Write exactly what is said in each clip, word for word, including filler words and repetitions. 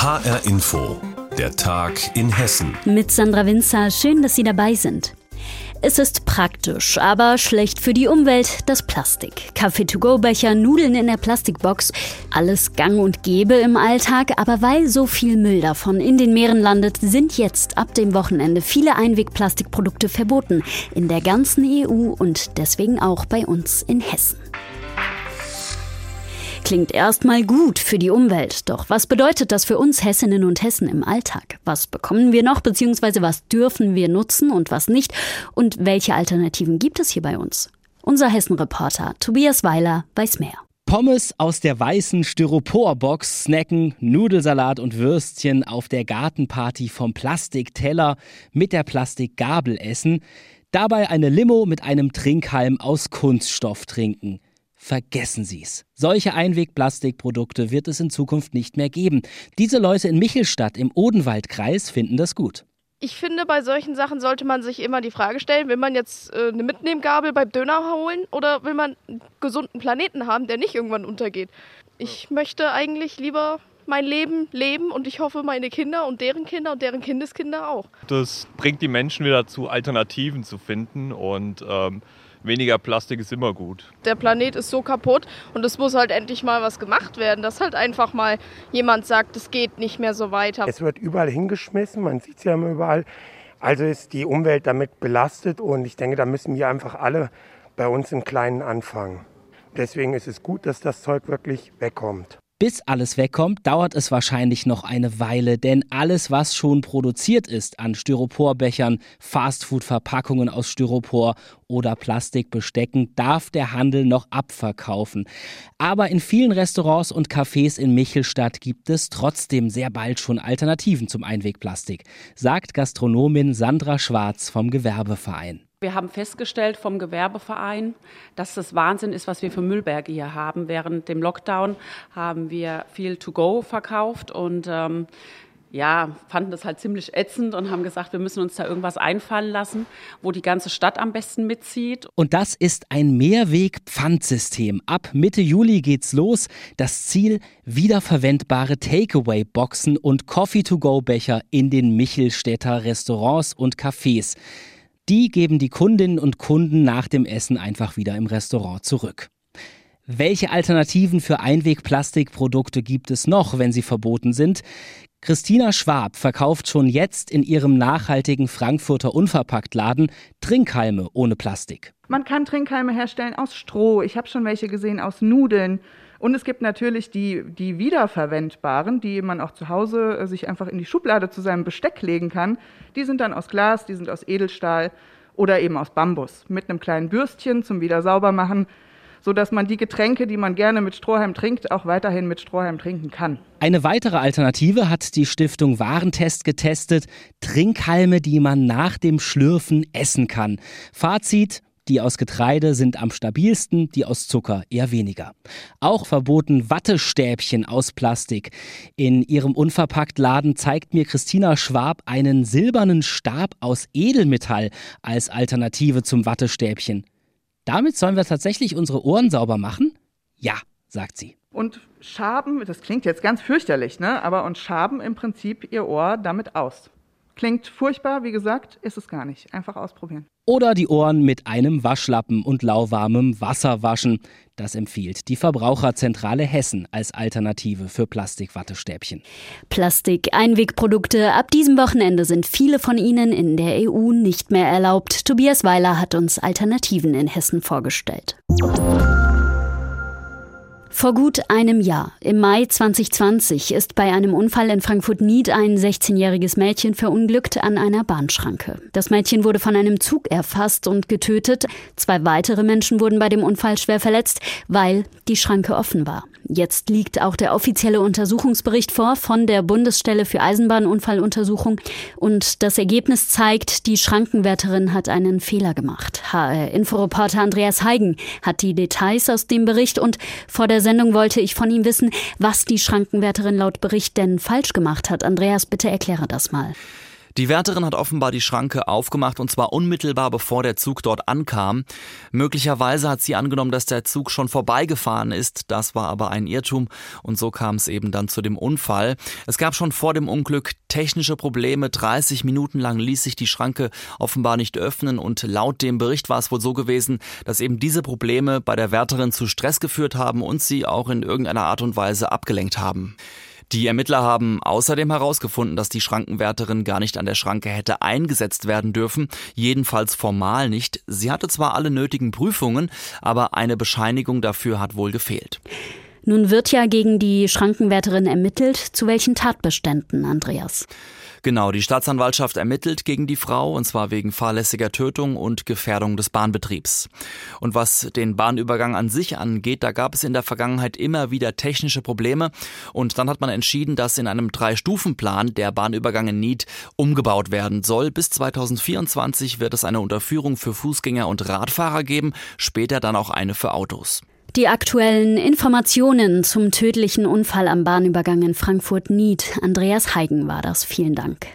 H R Info, der Tag in Hessen. Mit Sandra Winzer, schön, dass Sie dabei sind. Es ist praktisch, aber schlecht für die Umwelt, das Plastik. Kaffee-to-go-Becher, Nudeln in der Plastikbox, alles gang und gäbe im Alltag. Aber weil so viel Müll davon in den Meeren landet, sind jetzt ab dem Wochenende viele Einwegplastikprodukte verboten. In der ganzen E U und deswegen auch bei uns in Hessen. Klingt erstmal gut für die Umwelt. Doch was bedeutet das für uns Hessinnen und Hessen im Alltag? Was bekommen wir noch, beziehungsweise was dürfen wir nutzen und was nicht? Und welche Alternativen gibt es hier bei uns? Unser Hessen-Reporter Tobias Weiler weiß mehr. Pommes aus der weißen Styroporbox snacken, Nudelsalat und Würstchen auf der Gartenparty vom Plastikteller mit der Plastikgabel essen, dabei eine Limo mit einem Trinkhalm aus Kunststoff trinken. Vergessen Sie's. Solche Einwegplastikprodukte wird es in Zukunft nicht mehr geben. Diese Leute in Michelstadt im Odenwaldkreis finden das gut. Ich finde, bei solchen Sachen sollte man sich immer die Frage stellen, will man jetzt äh, eine Mitnehmgabel beim Döner holen oder will man einen gesunden Planeten haben, der nicht irgendwann untergeht? Ich möchte eigentlich lieber mein Leben leben und ich hoffe, meine Kinder und deren Kinder und deren Kindeskinder auch. Das bringt die Menschen wieder dazu, Alternativen zu finden und ähm, weniger Plastik ist immer gut. Der Planet ist so kaputt und es muss halt endlich mal was gemacht werden, dass halt einfach mal jemand sagt, es geht nicht mehr so weiter. Es wird überall hingeschmissen, man sieht es ja immer überall. Also ist die Umwelt damit belastet und ich denke, da müssen wir einfach alle bei uns im Kleinen anfangen. Deswegen ist es gut, dass das Zeug wirklich wegkommt. Bis alles wegkommt, dauert es wahrscheinlich noch eine Weile, denn alles, was schon produziert ist an Styroporbechern, Fastfood-Verpackungen aus Styropor oder Plastikbestecken, darf der Handel noch abverkaufen. Aber in vielen Restaurants und Cafés in Michelstadt gibt es trotzdem sehr bald schon Alternativen zum Einwegplastik, sagt Gastronomin Sandra Schwarz vom Gewerbeverein. Wir haben festgestellt vom Gewerbeverein, dass das Wahnsinn ist, was wir für Müllberge hier haben. Während dem Lockdown haben wir viel To-Go verkauft und ähm, ja, fanden das halt ziemlich ätzend und haben gesagt, wir müssen uns da irgendwas einfallen lassen, wo die ganze Stadt am besten mitzieht. Und das ist ein Mehrweg-Pfandsystem. Ab Mitte Juli geht's los. Das Ziel: wiederverwendbare Takeaway-Boxen und Coffee-to-go-Becher in den Michelstädter Restaurants und Cafés. Die geben die Kundinnen und Kunden nach dem Essen einfach wieder im Restaurant zurück. Welche Alternativen für Einwegplastikprodukte gibt es noch, wenn sie verboten sind? Christina Schwab verkauft schon jetzt in ihrem nachhaltigen Frankfurter Unverpacktladen Trinkhalme ohne Plastik. Man kann Trinkhalme herstellen aus Stroh. Ich habe schon welche gesehen aus Nudeln. Und es gibt natürlich die, die wiederverwendbaren, die man auch zu Hause äh, sich einfach in die Schublade zu seinem Besteck legen kann. Die sind dann aus Glas, die sind aus Edelstahl oder eben aus Bambus. Mit einem kleinen Bürstchen zum Wiedersaubermachen, sodass man die Getränke, die man gerne mit Strohhalm trinkt, auch weiterhin mit Strohhalm trinken kann. Eine weitere Alternative hat die Stiftung Warentest getestet: Trinkhalme, die man nach dem Schlürfen essen kann. Fazit: Die aus Getreide sind am stabilsten, die aus Zucker eher weniger. Auch verboten Wattestäbchen aus Plastik. In ihrem Unverpacktladen zeigt mir Christina Schwab einen silbernen Stab aus Edelmetall als Alternative zum Wattestäbchen. Damit sollen wir tatsächlich unsere Ohren sauber machen? Ja, sagt sie. Und schaben, das klingt jetzt ganz fürchterlich, ne? Aber und schaben im Prinzip ihr Ohr damit aus. Klingt furchtbar, wie gesagt, ist es gar nicht. Einfach ausprobieren. Oder die Ohren mit einem Waschlappen und lauwarmem Wasser waschen. Das empfiehlt die Verbraucherzentrale Hessen als Alternative für Plastikwattestäbchen. Plastik-Einwegprodukte. Ab diesem Wochenende sind viele von ihnen in der E U nicht mehr erlaubt. Tobias Weiler hat uns Alternativen in Hessen vorgestellt. Vor gut einem Jahr, im Mai zwanzig zwanzig, ist bei einem Unfall in Frankfurt-Nied ein sechzehnjähriges Mädchen verunglückt an einer Bahnschranke. Das Mädchen wurde von einem Zug erfasst und getötet. Zwei weitere Menschen wurden bei dem Unfall schwer verletzt, weil die Schranke offen war. Jetzt liegt auch der offizielle Untersuchungsbericht vor von der Bundesstelle für Eisenbahnunfalluntersuchung. Und das Ergebnis zeigt, die Schrankenwärterin hat einen Fehler gemacht. H R-Inforeporter Andreas Heigen hat die Details aus dem Bericht und vor der Sendung wollte ich von ihm wissen, was die Schrankenwärterin laut Bericht denn falsch gemacht hat. Andreas, bitte erkläre das mal. Die Wärterin hat offenbar die Schranke aufgemacht und zwar unmittelbar bevor der Zug dort ankam. Möglicherweise hat sie angenommen, dass der Zug schon vorbeigefahren ist. Das war aber ein Irrtum und so kam es eben dann zu dem Unfall. Es gab schon vor dem Unglück technische Probleme. dreißig Minuten lang ließ sich die Schranke offenbar nicht öffnen und laut dem Bericht war es wohl so gewesen, dass eben diese Probleme bei der Wärterin zu Stress geführt haben und sie auch in irgendeiner Art und Weise abgelenkt haben. Die Ermittler haben außerdem herausgefunden, dass die Schrankenwärterin gar nicht an der Schranke hätte eingesetzt werden dürfen, jedenfalls formal nicht. Sie hatte zwar alle nötigen Prüfungen, aber eine Bescheinigung dafür hat wohl gefehlt. Nun wird ja gegen die Schrankenwärterin ermittelt. Zu welchen Tatbeständen, Andreas? Genau, die Staatsanwaltschaft ermittelt gegen die Frau, und zwar wegen fahrlässiger Tötung und Gefährdung des Bahnbetriebs. Und was den Bahnübergang an sich angeht, da gab es in der Vergangenheit immer wieder technische Probleme. Und dann hat man entschieden, dass in einem Drei-Stufen-Plan der Bahnübergang in Nied umgebaut werden soll. Bis zweitausendvierundzwanzig wird es eine Unterführung für Fußgänger und Radfahrer geben, später dann auch eine für Autos. Die aktuellen Informationen zum tödlichen Unfall am Bahnübergang in Frankfurt-Nied. Andreas Heigen war das. Vielen Dank.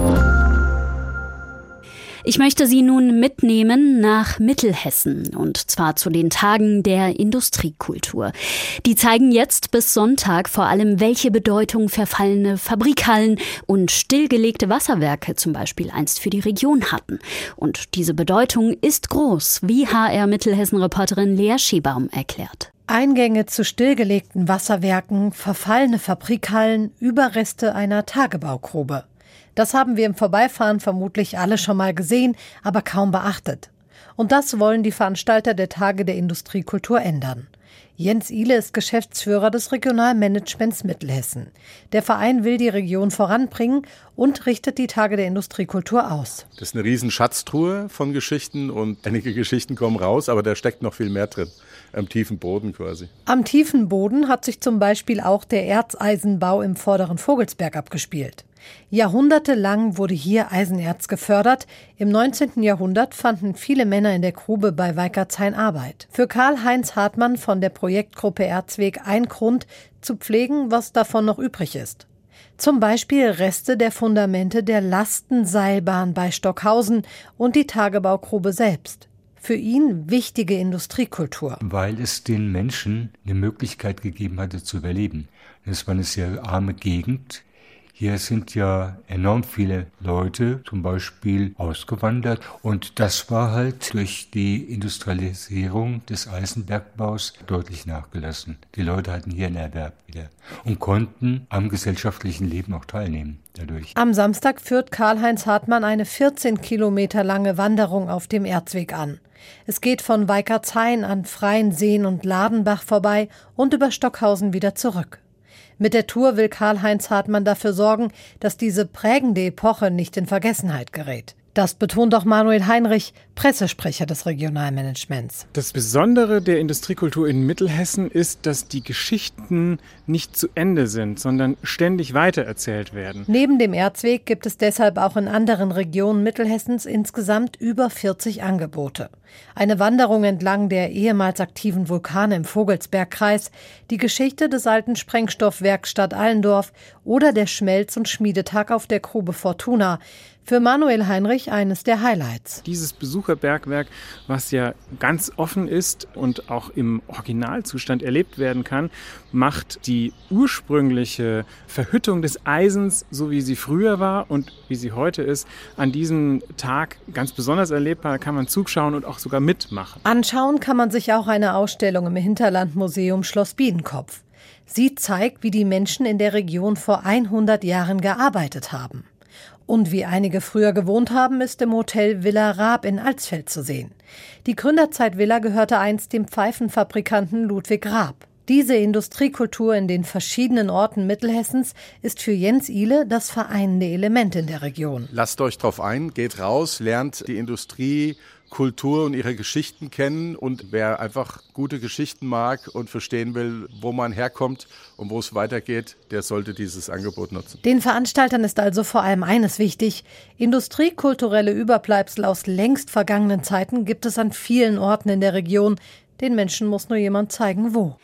Ich möchte Sie nun mitnehmen nach Mittelhessen und zwar zu den Tagen der Industriekultur. Die zeigen jetzt bis Sonntag vor allem, welche Bedeutung verfallene Fabrikhallen und stillgelegte Wasserwerke zum Beispiel einst für die Region hatten. Und diese Bedeutung ist groß, wie H R Mittelhessen-Reporterin Lea Schiebaum erklärt. Eingänge zu stillgelegten Wasserwerken, verfallene Fabrikhallen, Überreste einer Tagebaugrube. Das haben wir im Vorbeifahren vermutlich alle schon mal gesehen, aber kaum beachtet. Und das wollen die Veranstalter der Tage der Industriekultur ändern. Jens Ihle ist Geschäftsführer des Regionalmanagements Mittelhessen. Der Verein will die Region voranbringen und richtet die Tage der Industriekultur aus. Das ist eine riesen Schatztruhe von Geschichten und einige Geschichten kommen raus, aber da steckt noch viel mehr drin. Am tiefen Boden quasi. Am tiefen Boden hat sich zum Beispiel auch der Erzeisenbau im vorderen Vogelsberg abgespielt. Jahrhundertelang wurde hier Eisenerz gefördert. Im neunzehnten Jahrhundert fanden viele Männer in der Grube bei Weikertshain Arbeit. Für Karl-Heinz Hartmann von der Projektgruppe Erzweg ein Grund, zu pflegen, was davon noch übrig ist. Zum Beispiel Reste der Fundamente der Lastenseilbahn bei Stockhausen und die Tagebaugrube selbst. Für ihn wichtige Industriekultur. Weil es den Menschen eine Möglichkeit gegeben hatte zu überleben. Das war eine sehr arme Gegend. Hier sind ja enorm viele Leute zum Beispiel ausgewandert und das war halt durch die Industrialisierung des Eisenbergbaus deutlich nachgelassen. Die Leute hatten hier einen Erwerb wieder und konnten am gesellschaftlichen Leben auch teilnehmen dadurch. Am Samstag führt Karl-Heinz Hartmann eine vierzehn Kilometer lange Wanderung auf dem Erzweg an. Es geht von Weikertshain an freien Seen und Ladenbach vorbei und über Stockhausen wieder zurück. Mit der Tour will Karl-Heinz Hartmann dafür sorgen, dass diese prägende Epoche nicht in Vergessenheit gerät. Das betont auch Manuel Heinrich, Pressesprecher des Regionalmanagements. Das Besondere der Industriekultur in Mittelhessen ist, dass die Geschichten nicht zu Ende sind, sondern ständig weitererzählt werden. Neben dem Erzweg gibt es deshalb auch in anderen Regionen Mittelhessens insgesamt über vierzig Angebote. Eine Wanderung entlang der ehemals aktiven Vulkane im Vogelsbergkreis, die Geschichte des alten Sprengstoffwerks Stadt Allendorf oder der Schmelz- und Schmiedetag auf der Grube Fortuna. Für Manuel Heinrich eines der Highlights. Dieses Besucherbergwerk, was ja ganz offen ist und auch im Originalzustand erlebt werden kann, macht die ursprüngliche Verhüttung des Eisens, so wie sie früher war und wie sie heute ist, an diesem Tag ganz besonders erlebbar. Da kann man zuschauen und auch sogar mitmachen. Anschauen kann man sich auch eine Ausstellung im Hinterlandmuseum Schloss Biedenkopf. Sie zeigt, wie die Menschen in der Region vor hundert Jahren gearbeitet haben. Und wie einige früher gewohnt haben, ist im Hotel Villa Raab in Alsfeld zu sehen. Die Gründerzeit-Villa gehörte einst dem Pfeifenfabrikanten Ludwig Raab. Diese Industriekultur in den verschiedenen Orten Mittelhessens ist für Jens Ihle das vereinende Element in der Region. Lasst euch drauf ein, geht raus, lernt die Industrie, Kultur und ihre Geschichten kennen und wer einfach gute Geschichten mag und verstehen will, wo man herkommt und wo es weitergeht, der sollte dieses Angebot nutzen. Den Veranstaltern ist also vor allem eines wichtig: Industriekulturelle Überbleibsel aus längst vergangenen Zeiten gibt es an vielen Orten in der Region. Den Menschen muss nur jemand zeigen, wo.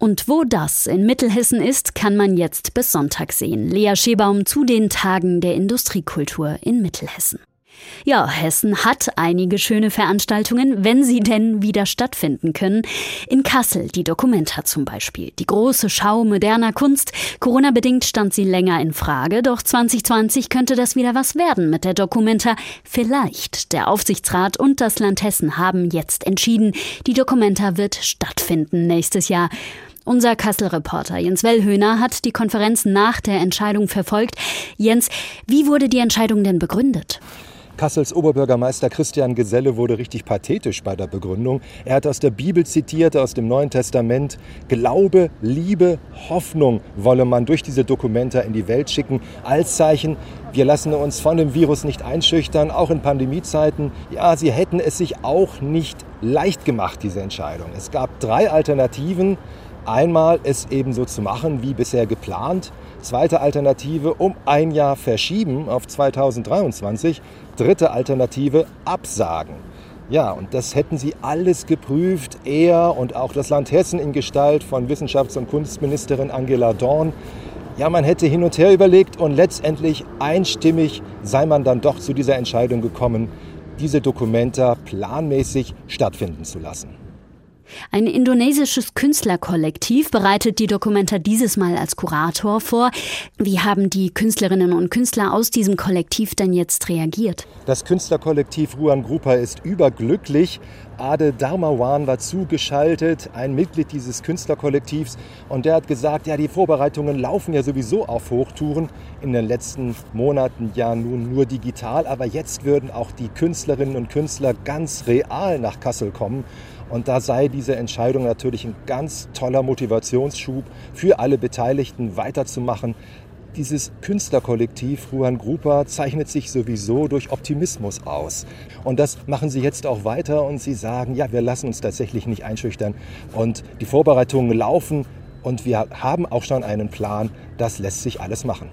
Und wo das in Mittelhessen ist, kann man jetzt bis Sonntag sehen. Lea Schebaum zu den Tagen der Industriekultur in Mittelhessen. Ja, Hessen hat einige schöne Veranstaltungen, wenn sie denn wieder stattfinden können. In Kassel die Documenta zum Beispiel, die große Schau moderner Kunst. Corona-bedingt stand sie länger in Frage, doch zwanzig zwanzig könnte das wieder was werden mit der Documenta. Vielleicht. Der Aufsichtsrat und das Land Hessen haben jetzt entschieden, die Documenta wird stattfinden nächstes Jahr. Unser Kassel-Reporter Jens Wellhöhner hat die Konferenz nach der Entscheidung verfolgt. Jens, wie wurde die Entscheidung denn begründet? Kassels Oberbürgermeister Christian Geselle wurde richtig pathetisch bei der Begründung. Er hat aus der Bibel zitiert, aus dem Neuen Testament: Glaube, Liebe, Hoffnung wolle man durch diese Documenta in die Welt schicken, als Zeichen, wir lassen uns von dem Virus nicht einschüchtern, auch in Pandemiezeiten. Ja, sie hätten es sich auch nicht leicht gemacht, diese Entscheidung. Es gab drei Alternativen. Einmal es eben so zu machen wie bisher geplant. Zweite Alternative, um ein Jahr verschieben auf zweitausenddreiundzwanzig. Dritte Alternative, absagen. Ja, und das hätten sie alles geprüft, er und auch das Land Hessen in Gestalt von Wissenschafts- und Kunstministerin Angela Dorn. Ja, man hätte hin und her überlegt und letztendlich einstimmig sei man dann doch zu dieser Entscheidung gekommen, diese Documenta planmäßig stattfinden zu lassen. Ein indonesisches Künstlerkollektiv bereitet die Documenta dieses Mal als Kurator vor. Wie haben die Künstlerinnen und Künstler aus diesem Kollektiv denn jetzt reagiert? Das Künstlerkollektiv Ruan Grupa ist überglücklich. Ade Darmawan war zugeschaltet, ein Mitglied dieses Künstlerkollektivs. Und der hat gesagt, ja, die Vorbereitungen laufen ja sowieso auf Hochtouren. In den letzten Monaten ja nun nur digital. Aber jetzt würden auch die Künstlerinnen und Künstler ganz real nach Kassel kommen. Und da sei diese Entscheidung natürlich ein ganz toller Motivationsschub für alle Beteiligten, weiterzumachen. Dieses Künstlerkollektiv Ruan Grupa zeichnet sich sowieso durch Optimismus aus. Und das machen sie jetzt auch weiter und sie sagen, ja, wir lassen uns tatsächlich nicht einschüchtern. Und die Vorbereitungen laufen und wir haben auch schon einen Plan. Das lässt sich alles machen.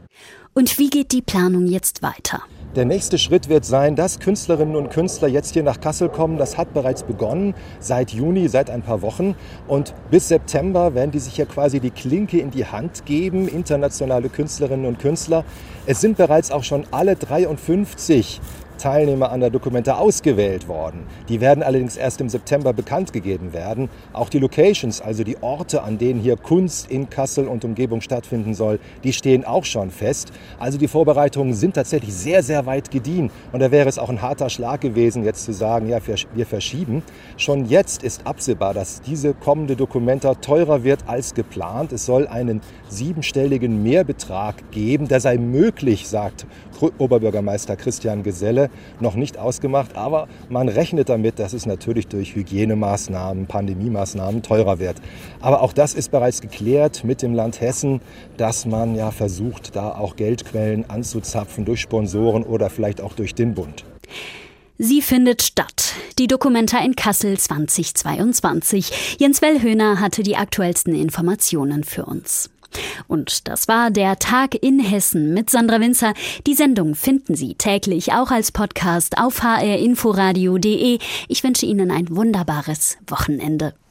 Und wie geht die Planung jetzt weiter? Der nächste Schritt wird sein, dass Künstlerinnen und Künstler jetzt hier nach Kassel kommen. Das hat bereits begonnen, seit Juni, seit ein paar Wochen. Und bis September werden die sich ja quasi die Klinke in die Hand geben, internationale Künstlerinnen und Künstler. Es sind bereits auch schon alle dreiundfünfzig Teilnehmer an der Documenta ausgewählt worden. Die werden allerdings erst im September bekannt gegeben werden. Auch die Locations, also die Orte, an denen hier Kunst in Kassel und Umgebung stattfinden soll, die stehen auch schon fest. Also die Vorbereitungen sind tatsächlich sehr, sehr weit gediehen. Und da wäre es auch ein harter Schlag gewesen, jetzt zu sagen, ja, wir verschieben. Schon jetzt ist absehbar, dass diese kommende Documenta teurer wird als geplant. Es soll einen siebenstelligen Mehrbetrag geben. Der sei möglich, sagt Oberbürgermeister Christian Geselle. Noch nicht ausgemacht, aber man rechnet damit, dass es natürlich durch Hygienemaßnahmen, Pandemiemaßnahmen teurer wird. Aber auch das ist bereits geklärt mit dem Land Hessen, dass man ja versucht, da auch Geldquellen anzuzapfen durch Sponsoren oder vielleicht auch durch den Bund. Sie findet statt. Die Documenta in Kassel zweitausendzweiundzwanzig. Jens Wellhöhner hatte die aktuellsten Informationen für uns. Und das war der Tag in Hessen mit Sandra Winzer. Die Sendung finden Sie täglich auch als Podcast auf h r inforadio punkt d e. Ich wünsche Ihnen ein wunderbares Wochenende.